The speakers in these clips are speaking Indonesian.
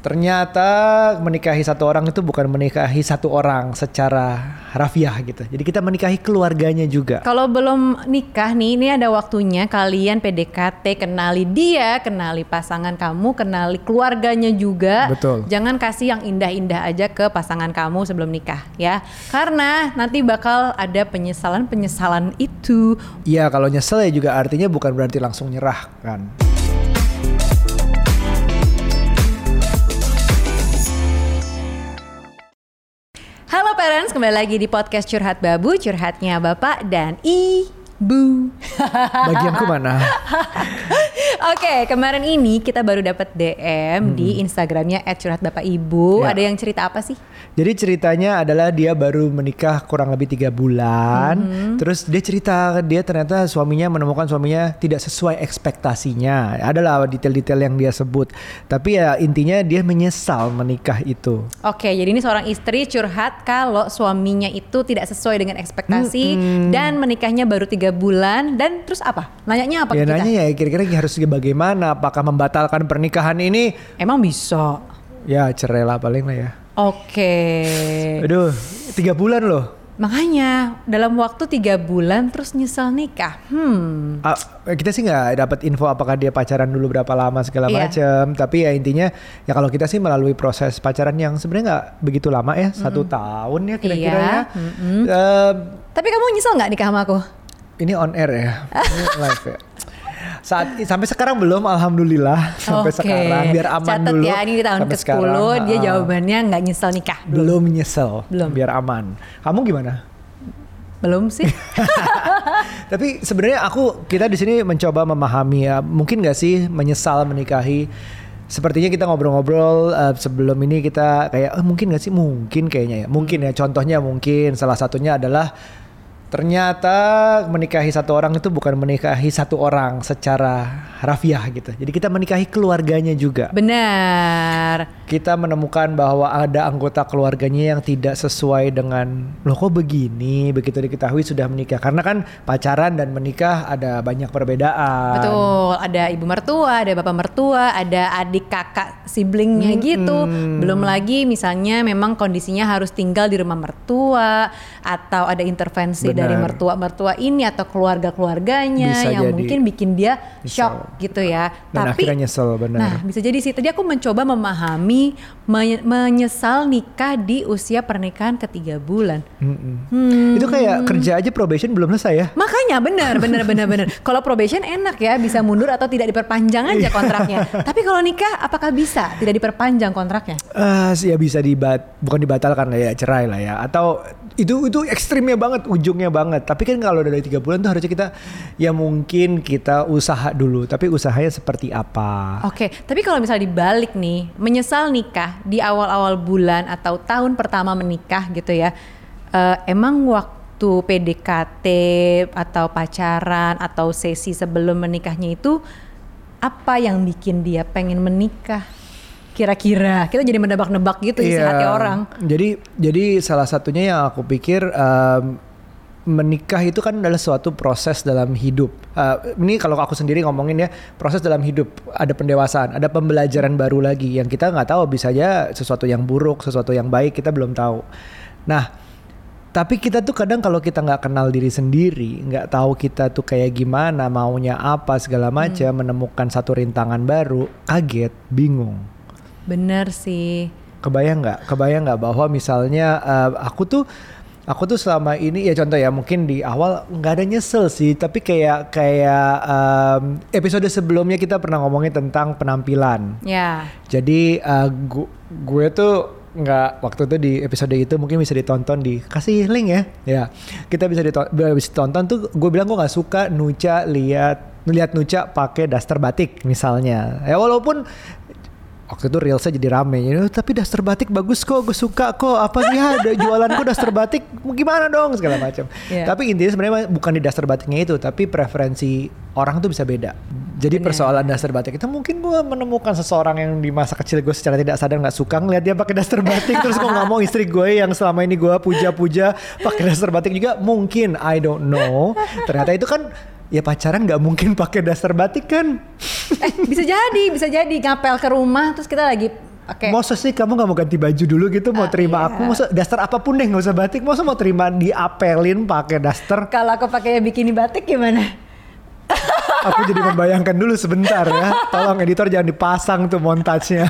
Ternyata menikahi satu orang itu bukan menikahi satu orang secara harfiah gitu. Jadi kita menikahi keluarganya juga. Kalau belum nikah nih, ini ada waktunya kalian PDKT, kenali dia, kenali pasangan kamu, kenali keluarganya juga. Betul. Jangan kasih yang indah-indah aja ke pasangan kamu sebelum nikah ya. Karena nanti bakal ada penyesalan-penyesalan itu. Iya, kalau nyesel ya juga artinya bukan berarti langsung nyerah kan. Halo parents, kembali lagi di podcast Curhat Babu, curhatnya bapak dan ibu. Bagianku mana? Oke, kemarin ini kita baru dapat DM di Instagramnya @curhatbapakibu. Ya. Ada yang cerita apa sih? Jadi ceritanya adalah dia baru menikah kurang lebih 3 bulan. Terus dia cerita dia ternyata menemukan suaminya tidak sesuai ekspektasinya. Adalah detail-detail yang dia sebut. Tapi ya intinya dia menyesal menikah itu. Oke, jadi ini seorang istri curhat kalau suaminya itu tidak sesuai dengan ekspektasi dan menikahnya baru 3 bulan. Dan terus apa? Nanyanya apa Ya ke kita? nanya ya kira-kira harus bagaimana? Apakah membatalkan pernikahan ini? Emang bisa? Ya cerai lah paling lah ya. Oke. Aduh 3 bulan loh. Makanya dalam waktu 3 bulan terus nyesel nikah. Kita sih nggak dapat info apakah dia pacaran dulu berapa lama segala Iya. macam. Tapi ya intinya ya kalau kita sih melalui proses pacaran yang sebenarnya nggak begitu lama ya, 1 tahun ya kira-kira Iya. ya. Tapi kamu nyesel nggak nikah sama aku? Ini on air ya, ini live ya. Sampai sekarang belum, alhamdulillah sampai Oke. sekarang biar aman Catet dulu. ya, ini di tahun Sampai ke-10 sekarang, dia jawabannya nggak nyesel nikah. belum nyesel, Belum. biar aman. Kamu gimana? Belum sih. Tapi sebenarnya kita di sini mencoba memahami ya, mungkin nggak sih menyesal menikahi? Sepertinya kita ngobrol-ngobrol sebelum ini kita kayak mungkin nggak sih? Mungkin kayaknya ya. Mungkin ya. Contohnya mungkin salah satunya adalah ternyata menikahi satu orang itu bukan menikahi satu orang secara harfiah gitu. Jadi kita menikahi keluarganya juga. Benar. Kita menemukan bahwa ada anggota keluarganya yang tidak sesuai dengan loh kok begini, begitu diketahui sudah menikah. Karena kan pacaran dan menikah ada banyak perbedaan. Betul, ada ibu mertua, ada bapak mertua, ada adik kakak siblingnya gitu. Belum lagi misalnya memang kondisinya harus tinggal di rumah mertua atau ada intervensi Benar. dari mertua-mertua ini atau keluarga-keluarganya Bisa yang jadi. mungkin bikin dia Nyesel. shock gitu ya. Dan akhirnya nyesel, benar. Nah, bisa jadi sih. Tadi aku mencoba memahami menyesal nikah di usia pernikahan ke-3 bulan. Itu kayak kerja aja probation belum selesai ya. Makanya benar. Kalau probation enak ya, bisa mundur atau tidak diperpanjang aja kontraknya. Tapi kalau nikah apakah bisa tidak diperpanjang kontraknya? Ya bisa bukan dibatalkan lah ya, cerai lah ya. Atau itu ekstrimnya banget, ujungnya banget. Tapi kan kalau dari 3 bulan tuh harusnya kita ya mungkin kita usaha dulu. Tapi usahanya seperti apa? Oke, tapi kalau misalnya dibalik nih, menyesal nikah di awal-awal bulan atau tahun pertama menikah gitu ya, emang waktu PDKT atau pacaran atau sesi sebelum menikahnya itu apa yang bikin dia pengen menikah? Kira-kira kita jadi menebak-nebak gitu isi hati orang. Jadi salah satunya yang aku pikir menikah itu kan adalah suatu proses dalam hidup. Ini kalau aku sendiri ngomongin ya, proses dalam hidup. Ada pendewasaan, ada pembelajaran baru lagi yang kita nggak tahu, bisa aja sesuatu yang buruk, sesuatu yang baik kita belum tahu. Nah, tapi kita tuh kadang kalau kita nggak kenal diri sendiri, nggak tahu kita tuh kayak gimana, maunya apa segala macam, menemukan satu rintangan baru, kaget, bingung. Bener sih. Kebayang nggak bahwa misalnya aku tuh selama ini ya contoh ya mungkin di awal nggak ada nyesel sih, tapi kayak episode sebelumnya kita pernah ngomongin tentang penampilan. Ya. Jadi gue tuh nggak, waktu itu di episode itu mungkin bisa ditonton, kasih link ya kita bisa ditonton tuh. Gue bilang gue nggak suka lihat Nucha pakai daster batik misalnya ya, walaupun waktu itu reelsnya jadi rame, tapi daster batik bagus kok, gue suka kok, apa ya ada jualanku daster batik, gimana dong segala macam. Yeah. Tapi intinya sebenarnya bukan di daster batiknya itu, tapi preferensi orang tuh bisa beda. Jadi persoalan daster batik itu mungkin gue menemukan seseorang yang di masa kecil gue secara tidak sadar nggak suka ngeliat dia pakai daster batik, terus gue nggak mau istri gue yang selama ini gue puja-puja pakai daster batik juga, mungkin I don't know. Ternyata itu kan ya pacaran nggak mungkin pakai daster batik kan. Bisa jadi ngapel ke rumah terus kita lagi Oke. Masa sih kamu gak mau ganti baju dulu gitu, mau terima aku, masa daster apapun deh, gak usah batik, masa mau terima diapelin pakai daster? Kalau aku pakai bikini batik gimana? Aku jadi membayangkan dulu sebentar ya. Tolong editor jangan dipasang tuh montajnya.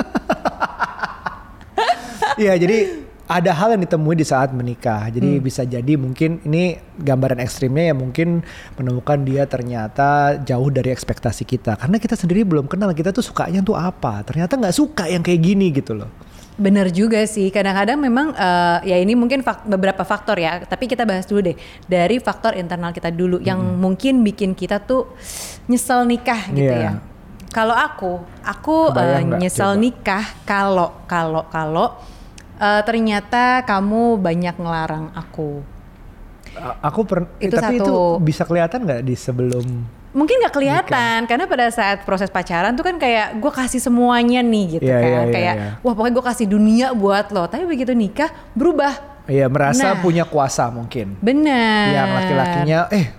Iya, jadi ada hal yang ditemui di saat menikah. Jadi bisa jadi mungkin ini gambaran ekstrimnya ya, mungkin menemukan dia ternyata jauh dari ekspektasi kita. Karena kita sendiri belum kenal kita tuh sukanya tuh apa. Ternyata gak suka yang kayak gini gitu loh. Bener juga sih, kadang-kadang memang ya ini mungkin beberapa faktor ya, tapi kita bahas dulu deh dari faktor internal kita dulu yang mungkin bikin kita tuh nyesel nikah gitu ya. Kalau aku nyesel nikah kalau ternyata kamu banyak ngelarang aku. Tapi satu. itu bisa kelihatan nggak di sebelum? Mungkin nggak kelihatan karena pada saat proses pacaran tuh kan kayak gue kasih semuanya nih gitu kayak wah pokoknya gue kasih dunia buat lo. Tapi begitu nikah berubah. Iya, merasa punya kuasa mungkin. Benar. Yang laki-lakinya,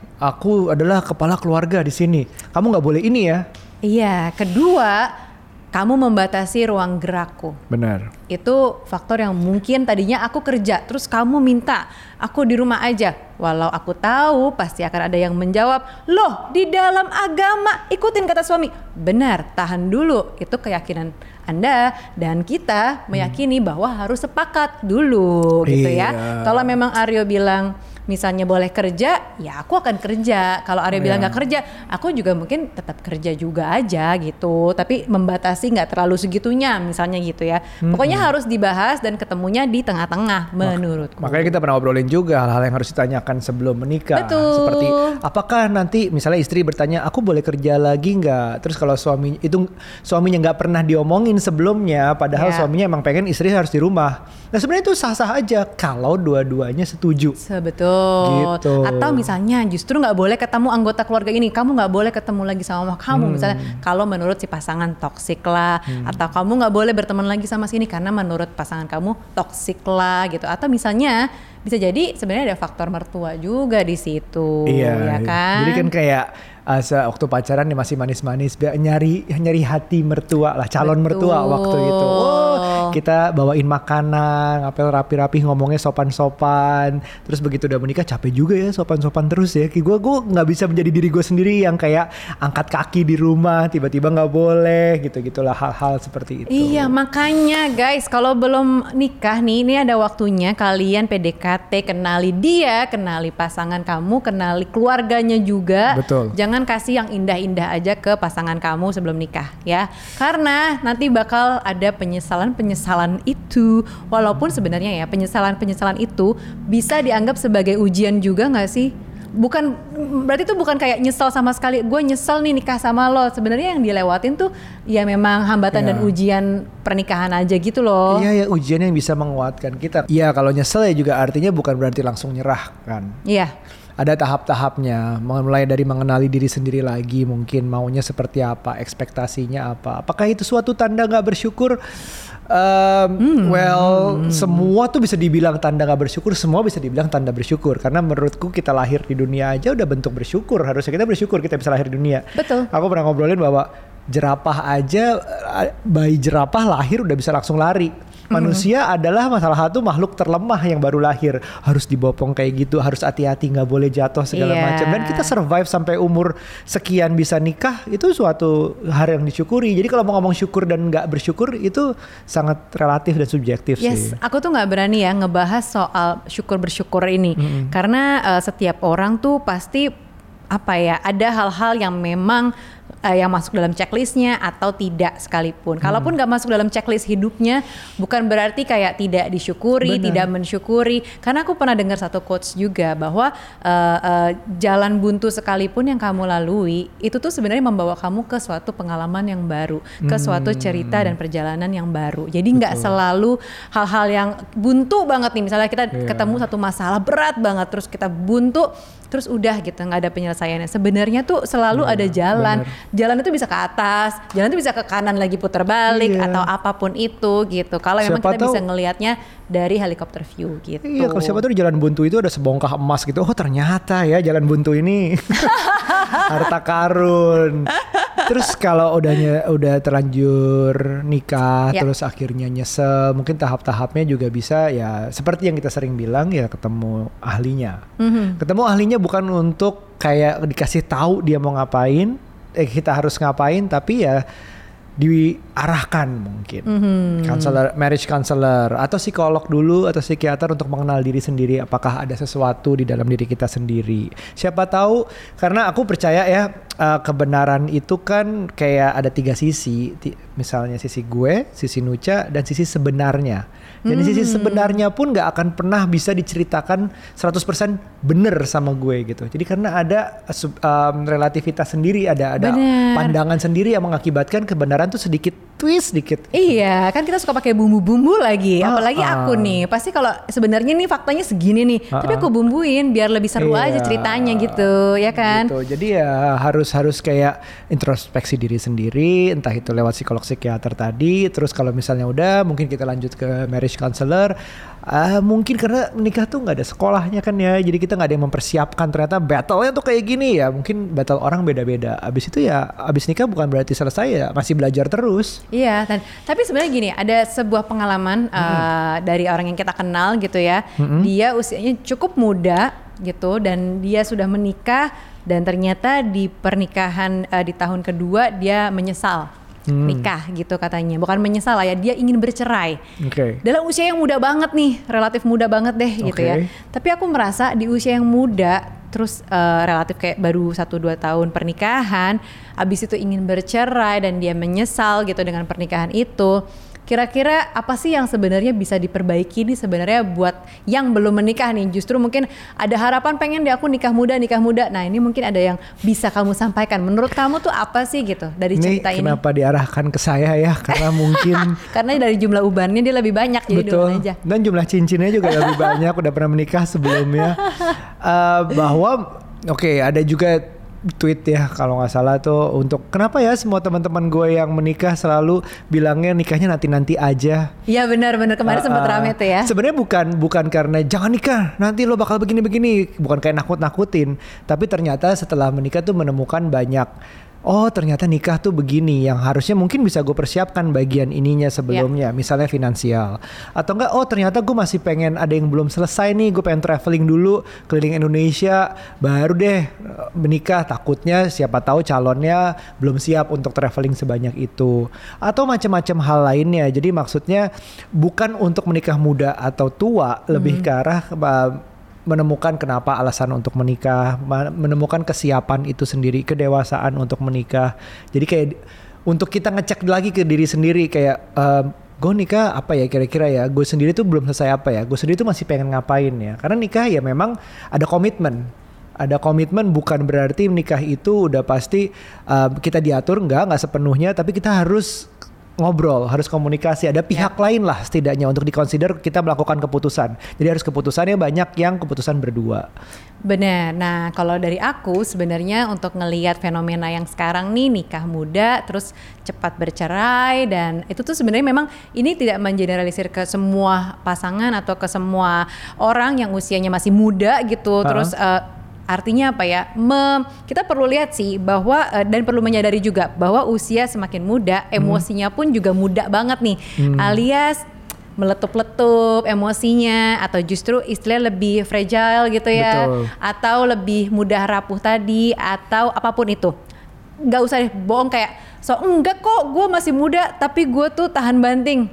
aku adalah kepala keluarga di sini. Kamu nggak boleh ini ya. Iya. Kedua, kamu membatasi ruang gerakku. Benar. Itu faktor yang mungkin tadinya aku kerja, terus kamu minta aku di rumah aja. Walau aku tahu pasti akan ada yang menjawab, loh di dalam agama ikutin kata suami. Benar, tahan dulu. Itu keyakinan Anda dan kita meyakini bahwa harus sepakat dulu gitu ya. Kalau memang Aryo bilang misalnya boleh kerja, ya aku akan kerja. Kalau Aryo bilang nggak kerja, aku juga mungkin tetap kerja juga aja gitu. Tapi membatasi nggak terlalu segitunya, misalnya gitu ya. Pokoknya harus dibahas dan ketemunya di tengah-tengah menurutku. Makanya kita pernah ngobrolin juga hal-hal yang harus ditanyakan sebelum menikah. Betul. Seperti apakah nanti misalnya istri bertanya, aku boleh kerja lagi nggak? Terus kalau suaminya nggak pernah diomongin sebelumnya, padahal suaminya emang pengen istri harus di rumah. Nah sebenarnya itu sah-sah aja kalau dua-duanya setuju. Betul. Gitu. Atau misalnya justru nggak boleh ketemu anggota keluarga ini, kamu nggak boleh ketemu lagi sama kamu misalnya kalau menurut si pasangan toksik lah, atau kamu nggak boleh berteman lagi sama sini karena menurut pasangan kamu toksik lah gitu. Atau misalnya bisa jadi sebenarnya ada faktor mertua juga di situ, ya kan? Jadi kan kayak waktu pacaran nih masih manis-manis, nyari hati mertua lah, calon mertua waktu itu. Kita bawain makanan, ngapel rapi-rapi, ngomongnya sopan-sopan. Terus begitu udah menikah capek juga ya sopan-sopan terus ya. Gue nggak bisa menjadi diri gue sendiri yang kayak angkat kaki di rumah tiba-tiba nggak boleh gitu-gitulah, hal-hal seperti itu. Iya, makanya guys kalau belum nikah nih, ini ada waktunya kalian PDKT, kenali dia, kenali pasangan kamu, kenali keluarganya juga. Betul. Jangan kasih yang indah-indah aja ke pasangan kamu sebelum nikah ya. Karena nanti bakal ada penyesalan itu. Walaupun sebenarnya ya penyesalan itu bisa dianggap sebagai ujian juga gak sih? Berarti itu bukan kayak nyesel sama sekali. Gue nyesel nih nikah sama lo. Sebenarnya yang dilewatin tuh ya memang hambatan dan ujian pernikahan aja gitu loh. Iya ya, ujian yang bisa menguatkan kita. Iya, kalau nyesel ya juga artinya bukan berarti langsung nyerah kan. Iya. Ada tahap-tahapnya, mulai dari mengenali diri sendiri lagi, mungkin maunya seperti apa, ekspektasinya apa. Apakah itu suatu tanda gak bersyukur? Semua tuh bisa dibilang tanda gak bersyukur, semua bisa dibilang tanda bersyukur. Karena menurutku kita lahir di dunia aja udah bentuk bersyukur. Harusnya kita bersyukur kita bisa lahir di dunia. Betul. Aku pernah ngobrolin bahwa jerapah aja, bayi jerapah lahir udah bisa langsung lari. Manusia adalah salah satu makhluk terlemah yang baru lahir, harus dibopong kayak gitu, harus hati-hati, nggak boleh jatuh segala macam. Dan kita survive sampai umur sekian bisa nikah, itu suatu hal yang disyukuri. Jadi kalau mau ngomong syukur dan nggak bersyukur itu sangat relatif dan subjektif sih. Aku tuh nggak berani ya ngebahas soal syukur bersyukur ini, karena setiap orang tuh pasti ada hal-hal yang memang yang masuk dalam checklistnya atau tidak sekalipun. Kalaupun gak masuk dalam checklist hidupnya, bukan berarti kayak tidak disyukuri, tidak mensyukuri. Karena aku pernah dengar satu quotes juga bahwa jalan buntu sekalipun yang kamu lalui, itu tuh sebenarnya membawa kamu ke suatu pengalaman yang baru, ke suatu cerita dan perjalanan yang baru. Jadi gak selalu hal-hal yang buntu banget nih. Misalnya kita ketemu satu masalah berat banget, terus kita buntu, terus udah gitu, nggak ada penyelesaiannya. Sebenarnya tuh selalu ada jalan. jalan itu bisa ke atas, jalan itu bisa ke kanan lagi putar balik atau apapun itu gitu. Kalau memang kita bisa ngelihatnya dari helikopter view gitu. Iya, kalau siapa tahu di Jalan Buntu itu ada sebongkah emas gitu. Oh ternyata ya Jalan Buntu ini harta karun. Terus kalau udah terlanjur nikah, terus akhirnya nyesel, mungkin tahap-tahapnya juga bisa ya seperti yang kita sering bilang ya ketemu ahlinya. Ketemu ahlinya bukan untuk kayak dikasih tahu dia mau ngapain, kita harus ngapain, tapi ya diarahkan mungkin. Counselor, marriage counselor atau psikolog dulu atau psikiater untuk mengenal diri sendiri, apakah ada sesuatu di dalam diri kita sendiri. Siapa tahu, karena aku percaya ya kebenaran itu kan kayak ada 3 sisi, misalnya sisi gue, sisi Nucha, dan sisi sebenarnya. Dan sisi sebenarnya pun gak akan pernah bisa diceritakan 100% bener sama gue gitu. Jadi karena ada relativitas sendiri, ada pandangan sendiri yang mengakibatkan kebenaran tuh sedikit twist dikit. Iya, kan kita suka pakai bumbu-bumbu lagi. Apalagi aku nih, pasti kalau sebenarnya nih faktanya segini nih, tapi aku bumbuin biar lebih seru aja ceritanya gitu, ya kan? Gitu. Jadi ya harus kayak introspeksi diri sendiri, entah itu lewat psikolog psikiater tadi. Terus kalau misalnya udah, mungkin kita lanjut ke marriage counselor. Mungkin karena menikah tuh nggak ada sekolahnya kan ya, jadi kita nggak ada yang mempersiapkan. Ternyata battle-nya tuh kayak gini ya, mungkin battle orang beda-beda. Abis itu ya, abis nikah bukan berarti selesai ya, masih belajar terus. Iya, tapi sebenarnya gini, ada sebuah pengalaman dari orang yang kita kenal gitu ya, dia usianya cukup muda gitu dan dia sudah menikah dan ternyata di pernikahan di tahun kedua dia menyesal. Nikah gitu katanya, bukan menyesal lah ya, dia ingin bercerai dalam usia yang muda banget nih, relatif muda banget deh gitu ya. Tapi aku merasa di usia yang muda terus relatif kayak baru 1-2 tahun pernikahan, abis itu ingin bercerai dan dia menyesal gitu dengan pernikahan itu. Kira-kira apa sih yang sebenarnya bisa diperbaiki nih sebenarnya buat yang belum menikah nih? Justru mungkin ada harapan pengen deh aku nikah muda. Nah ini mungkin ada yang bisa kamu sampaikan. Menurut kamu tuh apa sih gitu dari cerita ini? Kenapa diarahkan ke saya ya? Karena mungkin karena dari jumlah ubannya dia lebih banyak. Jadi betul. Aja. Dan jumlah cincinnya juga lebih banyak. Udah pernah menikah sebelumnya. Bahwa ada juga tweet ya kalau nggak salah tuh untuk kenapa ya semua teman-teman gue yang menikah selalu bilangnya nikahnya nanti aja. Iya benar kemarin sempat rame tuh ya. Sebenarnya bukan karena jangan nikah nanti lo bakal begini, bukan kayak nakut-nakutin, tapi ternyata setelah menikah tuh menemukan banyak. Oh ternyata nikah tuh begini, yang harusnya mungkin bisa gue persiapkan bagian ininya sebelumnya, misalnya finansial. Atau enggak, oh ternyata gue masih pengen ada yang belum selesai nih, gue pengen traveling dulu, keliling Indonesia, baru deh menikah. Takutnya siapa tahu calonnya belum siap untuk traveling sebanyak itu. Atau macam-macam hal lainnya. Jadi maksudnya bukan untuk menikah muda atau tua, lebih ke arah menemukan kenapa alasan untuk menikah, menemukan kesiapan itu sendiri, kedewasaan untuk menikah. Jadi kayak untuk kita ngecek lagi ke diri sendiri kayak gue nikah apa ya kira-kira ya, gue sendiri tuh belum selesai apa ya, gue sendiri tuh masih pengen ngapain ya. Karena nikah ya memang ada komitmen. Ada komitmen bukan berarti nikah itu udah pasti kita diatur, enggak sepenuhnya, tapi kita harus ngobrol, harus komunikasi, ada pihak lain lah setidaknya untuk dikonsider kita melakukan keputusan. Jadi harus keputusannya banyak yang keputusan berdua. Benar. Nah kalau dari aku sebenarnya untuk ngelihat fenomena yang sekarang nih nikah muda terus cepat bercerai, dan itu tuh sebenarnya memang ini tidak mengeneralisir ke semua pasangan atau ke semua orang yang usianya masih muda gitu. Terus artinya apa ya? Kita perlu lihat sih bahwa dan perlu menyadari juga bahwa usia semakin muda, emosinya pun juga muda banget nih. Alias meletup-letup emosinya, atau justru istilah lebih fragile gitu ya. Betul. Atau lebih mudah rapuh tadi, atau apapun itu. Nggak usah bohong kayak enggak kok gue masih muda tapi gue tuh tahan banting.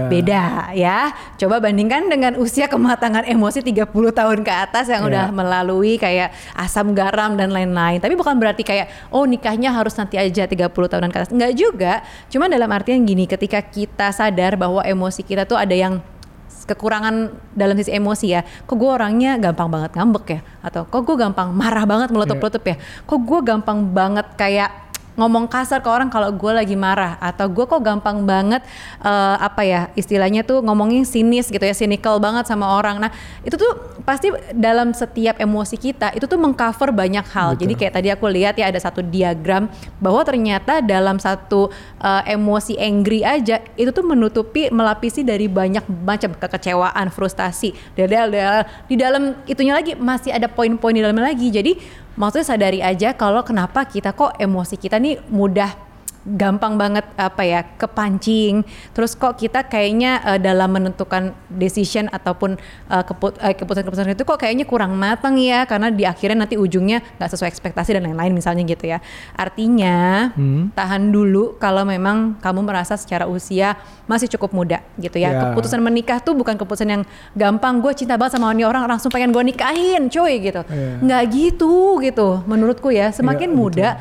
Beda ya. Coba bandingkan dengan usia kematangan emosi 30 tahun ke atas yang udah melalui kayak asam garam dan lain-lain. Tapi bukan berarti kayak nikahnya harus nanti aja 30 tahunan ke atas. Enggak juga. Cuma dalam artian gini, ketika kita sadar bahwa emosi kita tuh ada yang kekurangan dalam sisi emosi ya, kok gue orangnya gampang banget ngambek ya, atau kok gue gampang marah banget meletup-letup ya, kok gue gampang banget kayak ngomong kasar ke orang kalau gue lagi marah, atau gue kok gampang banget apa ya istilahnya tuh ngomongin sinis gitu ya, cynical banget sama orang. Nah itu tuh pasti dalam setiap emosi kita itu tuh mengcover banyak hal. Betul. Jadi kayak tadi aku lihat ya ada satu diagram bahwa ternyata dalam satu emosi angry aja itu tuh melapisi dari banyak macam kekecewaan, frustasi, di dalam itunya lagi masih ada poin-poin di dalamnya lagi. Jadi maksudnya sadari aja kalau kenapa kita kok emosi kita nih mudah gampang banget apa ya kepancing, terus kok kita kayaknya dalam menentukan decision ataupun keputusan-keputusan itu kok kayaknya kurang matang ya, karena di akhirnya nanti ujungnya nggak sesuai ekspektasi dan lain-lain misalnya gitu ya. Artinya tahan dulu kalau memang kamu merasa secara usia masih cukup muda gitu ya. Keputusan menikah tuh bukan keputusan yang gampang, gue cinta banget sama orang langsung pengen gue nikahin cuy gitu, nggak gitu menurutku ya. Semakin muda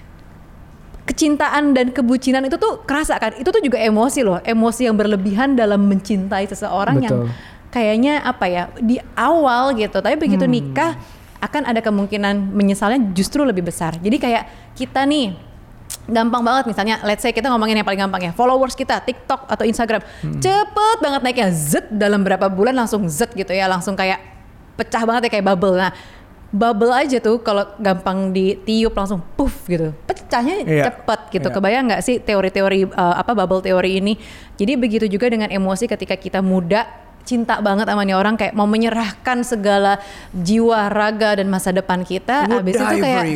kecintaan dan kebucinan itu tuh kerasa kan, itu tuh juga emosi loh, emosi yang berlebihan dalam mencintai seseorang. Betul. Yang kayaknya apa ya di awal gitu, tapi begitu nikah akan ada kemungkinan menyesalnya justru lebih besar. Jadi kayak kita nih gampang banget, misalnya let's say kita ngomongin yang paling gampang ya, followers kita TikTok atau Instagram cepet banget naiknya, zet dalam berapa bulan langsung zet gitu ya, langsung kayak pecah banget ya kayak bubble. Nah bubble aja tuh kalau gampang ditiup langsung puff gitu, pecahnya cepet gitu. Kebayang nggak sih teori-teori bubble teori ini? Jadi begitu juga dengan emosi ketika kita muda, cinta banget sama nih orang, kayak mau menyerahkan segala jiwa, raga dan masa depan kita. Abis itu kayak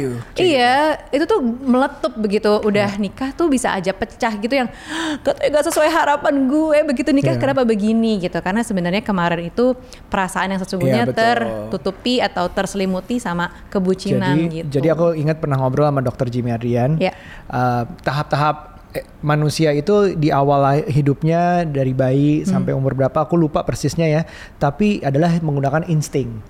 itu tuh meletup begitu. Udah nikah tuh bisa aja pecah gitu, yang gak sesuai harapan gue. Begitu nikah kenapa begini gitu. Karena sebenarnya kemarin itu perasaan yang sesungguhnya tertutupi atau terselimuti sama kebucinan gitu. Jadi aku ingat pernah ngobrol sama Dr. Jimmy Adrian. Tahap-tahap manusia itu di awal hidupnya dari bayi sampai umur berapa aku lupa persisnya ya, tapi adalah menggunakan insting.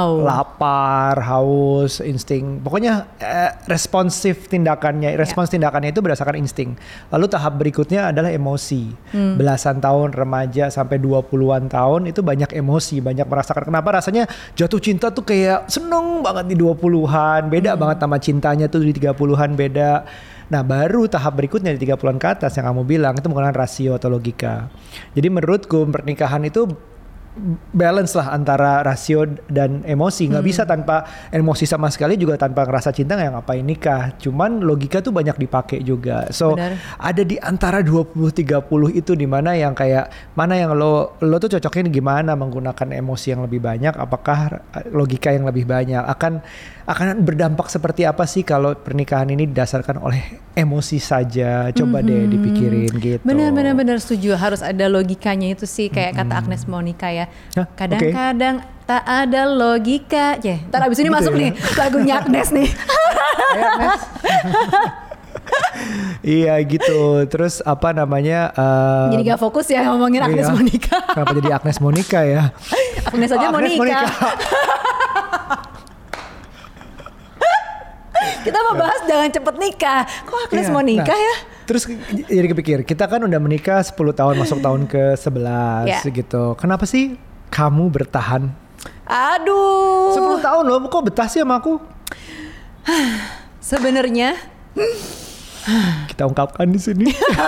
Lapar, haus, insting. Pokoknya responsif tindakannya, tindakannya itu berdasarkan insting. Lalu tahap berikutnya adalah emosi. Belasan tahun remaja sampai 20-an tahun itu banyak emosi, banyak merasakan. Kenapa rasanya jatuh cinta tuh kayak seneng banget di 20-an, beda banget sama cintanya tuh di 30-an beda. Nah baru tahap berikutnya di 30-an ke atas yang kamu bilang itu menggunakan rasio atau logika. Jadi menurutku pernikahan itu balance lah antara rasio dan emosi. Nggak bisa tanpa emosi sama sekali, juga tanpa ngerasa cinta nggak ngapain nikah. Cuman logika tuh banyak dipakai juga. So ada di antara 20-30 itu, di mana yang kayak mana yang lo tuh cocoknya gimana, menggunakan emosi yang lebih banyak, apakah logika yang lebih banyak, akan berdampak seperti apa sih kalau pernikahan ini didasarkan oleh emosi saja. Coba deh dipikirin gitu. Benar setuju, harus ada logikanya itu sih, kayak kata Agnes Monica ya. Kadang-kadang tak ada logika. Ntar abis ini gitu masuk nih lagunya Agnes nih. Agnes. Iya gitu. Terus apa namanya? Jadi gak fokus ya ngomongin Agnes Monica. Kenapa jadi Agnes Monica ya? Agnes aja Monica. Kita mau bahas jangan cepet nikah. Kok Agnes mau nikah ya? Terus jadi kepikir, kita kan udah menikah 10 tahun, masuk tahun ke-11 gitu. Kenapa sih kamu bertahan? Aduh. 10 tahun loh, kok betah sih sama aku? Sebenarnya kita ungkapkan di sini.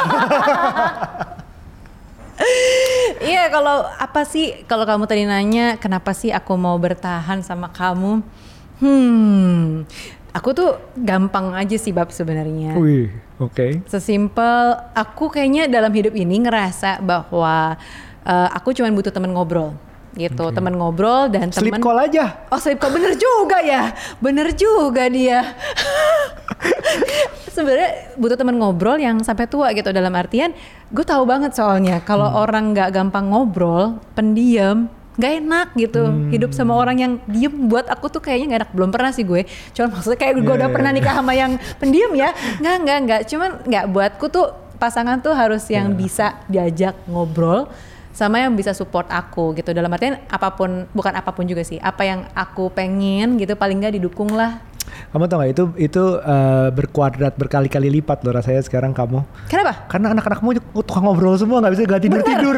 Iya, kalau kamu tadi nanya kenapa sih aku mau bertahan sama kamu? Aku tuh gampang aja sih Bab sebenarnya. Oke. Sesimpel aku kayaknya dalam hidup ini ngerasa bahwa aku cuma butuh teman ngobrol gitu, teman ngobrol dan teman. Sleep call aja. Oh sleep call, bener juga ya, bener juga dia. Sebenarnya butuh teman ngobrol yang sampai tua gitu, dalam artian gue tahu banget soalnya kalau orang nggak gampang ngobrol, pendiam, gak enak gitu. Hidup sama orang yang diem buat aku tuh kayaknya gak enak. Belum pernah sih gue, cuman maksudnya kayak gue udah pernah nikah sama yang pendiam ya. Enggak, cuman gak, buatku tuh pasangan tuh harus yang bisa diajak ngobrol sama yang bisa support aku gitu. Dalam artian apapun, bukan apapun juga sih, apa yang aku pengen gitu paling gak didukung lah. Kamu tau gak itu berkuadrat berkali-kali lipat loh rasanya sekarang kamu. Kenapa? Karena anak-anakmu tukang ngobrol semua, gak bisa gak tidur-tidur.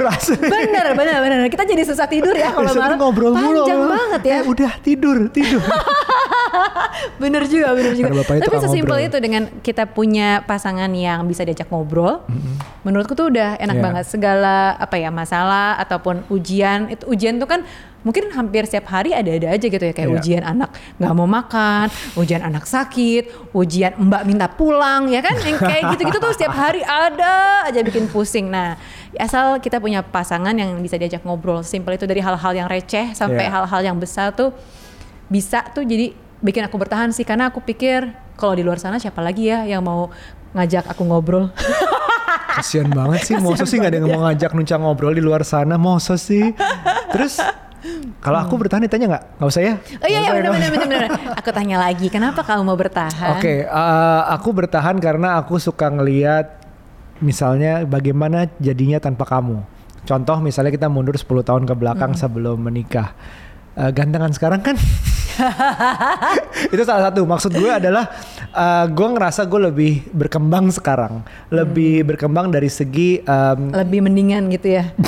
Bener. Kita jadi susah tidur ya kalau malam. Ngobrol mulu. Panjang banget ya. Udah tidur. Bener juga. Tapi sesimpel ngobrol. itu dengan kita punya pasangan yang bisa diajak ngobrol, menurutku tuh udah enak banget. Segala masalah ataupun ujian, itu ujian tuh kan mungkin hampir setiap hari ada-ada aja gitu ya, kayak ujian anak nggak mau makan, ujian anak sakit, ujian mbak minta pulang ya kan, yang kayak gitu-gitu tuh setiap hari ada aja bikin pusing. Nah, asal kita punya pasangan yang bisa diajak ngobrol, simpel itu dari hal-hal yang receh sampai hal-hal yang besar tuh bisa tuh jadi bikin aku bertahan sih, karena aku pikir kalau di luar sana siapa lagi ya yang mau ngajak aku ngobrol. Kasian banget sih, masa sih nggak ada yang mau ngajak Nucha ngobrol di luar sana, masa sih. Terus kalau aku bertahan ditanya nggak usah ya? Oh iya benar. Aku tanya lagi, kenapa kamu mau bertahan? Oke, aku bertahan karena aku suka ngelihat misalnya bagaimana jadinya tanpa kamu. Contoh misalnya kita mundur 10 tahun ke belakang sebelum menikah. Gantengan sekarang kan? Itu salah satu. Maksud gue adalah gue ngerasa gue lebih berkembang sekarang. Lebih berkembang dari segi lebih mendingan gitu ya.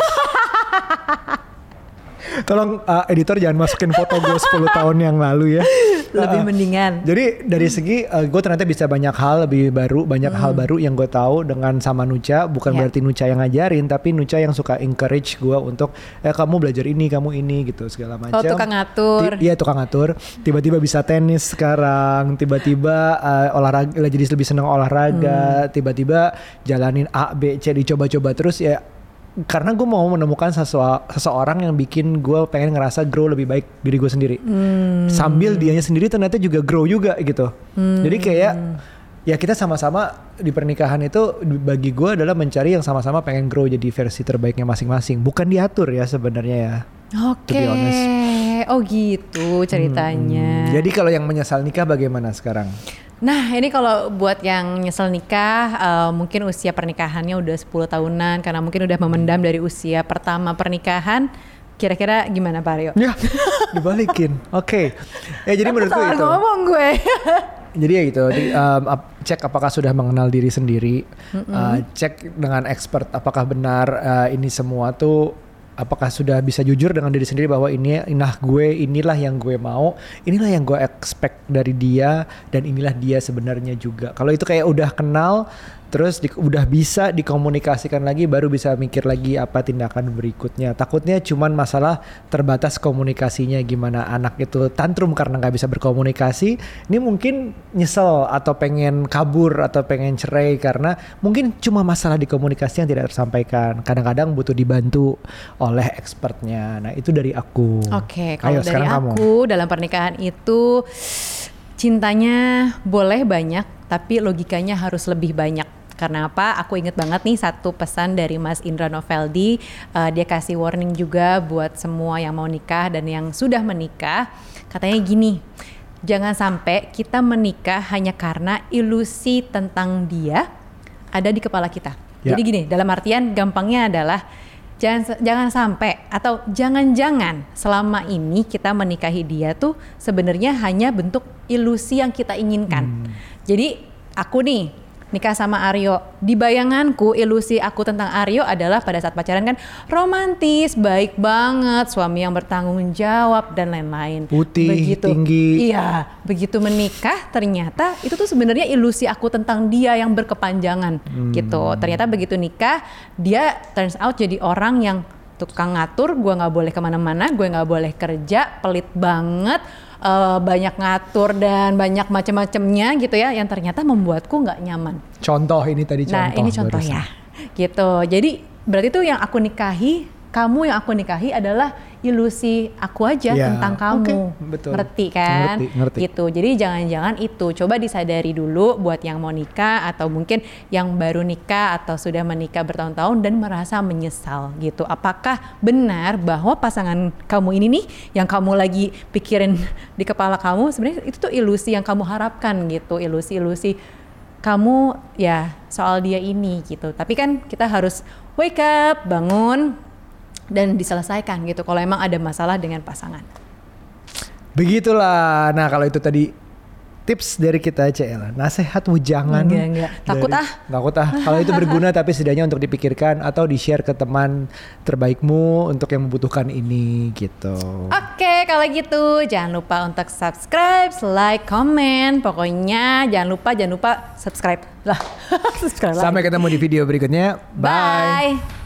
Tolong editor jangan masukin foto gue 10 tahun yang lalu ya. Lebih mendingan. Jadi dari segi gue ternyata bisa banyak hal lebih baru, banyak hal baru yang gue tahu dengan sama Nucha. Bukan berarti Nucha yang ngajarin, tapi Nucha yang suka encourage gue untuk kamu belajar ini, kamu ini gitu segala macam. Oh, tukang ngatur. Iya, tukang ngatur. Tiba-tiba bisa tenis sekarang, tiba-tiba olahraga, jadi lebih senang olahraga, tiba-tiba jalanin A, B, C, dicoba-coba terus ya. Karena gue mau menemukan seseorang yang bikin gue pengen ngerasa grow lebih baik diri gue sendiri. Sambil dianya sendiri ternyata juga grow juga gitu. Jadi kayak ya kita sama-sama di pernikahan itu bagi gue adalah mencari yang sama-sama pengen grow jadi versi terbaiknya masing-masing. Bukan diatur ya sebenarnya ya. Oke. Oh gitu ceritanya. Jadi kalau yang menyesal nikah bagaimana sekarang? Nah ini kalau buat yang nyesel nikah, mungkin usia pernikahannya udah 10 tahunan karena mungkin udah memendam dari usia pertama pernikahan. Kira-kira gimana Pak Aryo? Ya dibalikin. Oke. Ya jadi menurutku itu. Ngomong gue. Jadi ya gitu, cek apakah sudah mengenal diri sendiri, cek dengan expert apakah benar ini semua tuh, apakah sudah bisa jujur dengan diri sendiri bahwa inilah yang gue mau, inilah yang gue expect dari dia, dan inilah dia sebenarnya juga. Kalau itu kayak udah kenal, terus udah bisa dikomunikasikan lagi, baru bisa mikir lagi apa tindakan berikutnya. Takutnya cuman masalah terbatas komunikasinya, gimana anak itu tantrum karena gak bisa berkomunikasi. Ini mungkin nyesel atau pengen kabur atau pengen cerai karena mungkin cuma masalah di komunikasi yang tidak tersampaikan. Kadang-kadang butuh dibantu oleh expertnya. Nah itu dari aku. Oke, kalau dari aku dalam pernikahan itu cintanya boleh banyak, tapi logikanya harus lebih banyak. Karena apa? Aku inget banget nih satu pesan dari Mas Indra Noveldi. Dia kasih warning juga buat semua yang mau nikah dan yang sudah menikah. Katanya gini, jangan sampai kita menikah hanya karena ilusi tentang dia ada di kepala kita. Jadi gini, dalam artian gampangnya adalah jangan sampai atau jangan-jangan selama ini kita menikahi dia tuh sebenarnya hanya bentuk ilusi yang kita inginkan. Jadi aku nih nikah sama Aryo, di bayanganku ilusi aku tentang Aryo adalah pada saat pacaran kan romantis, baik banget, suami yang bertanggung jawab dan lain-lain. Putih, tinggi. Iya, begitu menikah ternyata itu tuh sebenarnya ilusi aku tentang dia yang berkepanjangan gitu. Ternyata begitu nikah dia turns out jadi orang yang tukang ngatur, gue nggak boleh kemana-mana, gue nggak boleh kerja, pelit banget. Banyak ngatur dan banyak macam-macamnya gitu ya, yang ternyata membuatku nggak nyaman. Contoh ini tadi contoh. Nah ini contoh ya, gitu. Jadi berarti tuh yang aku nikahi, kamu yang aku nikahi adalah ilusi aku aja tentang kamu. Betul. Ngerti kan? Ngerti. Gitu. Jadi jangan-jangan itu coba disadari dulu buat yang mau nikah atau mungkin yang baru nikah atau sudah menikah bertahun-tahun dan merasa menyesal gitu. Apakah benar bahwa pasangan kamu ini nih yang kamu lagi pikirin di kepala kamu sebenarnya itu tuh ilusi yang kamu harapkan gitu, ilusi-ilusi kamu ya soal dia ini gitu. Tapi kan kita harus wake up, bangun dan diselesaikan gitu kalau emang ada masalah dengan pasangan. Begitulah. Nah kalau itu tadi tips dari kita Cela, nasihat wejangan. Enggak. Takut Kalau itu berguna tapi setidaknya untuk dipikirkan atau di-share ke teman terbaikmu untuk yang membutuhkan ini gitu. Oke, kalau gitu jangan lupa untuk subscribe, like, comment. Pokoknya jangan lupa subscribe lah. Subscribe. Sampai ketemu di video berikutnya. Bye.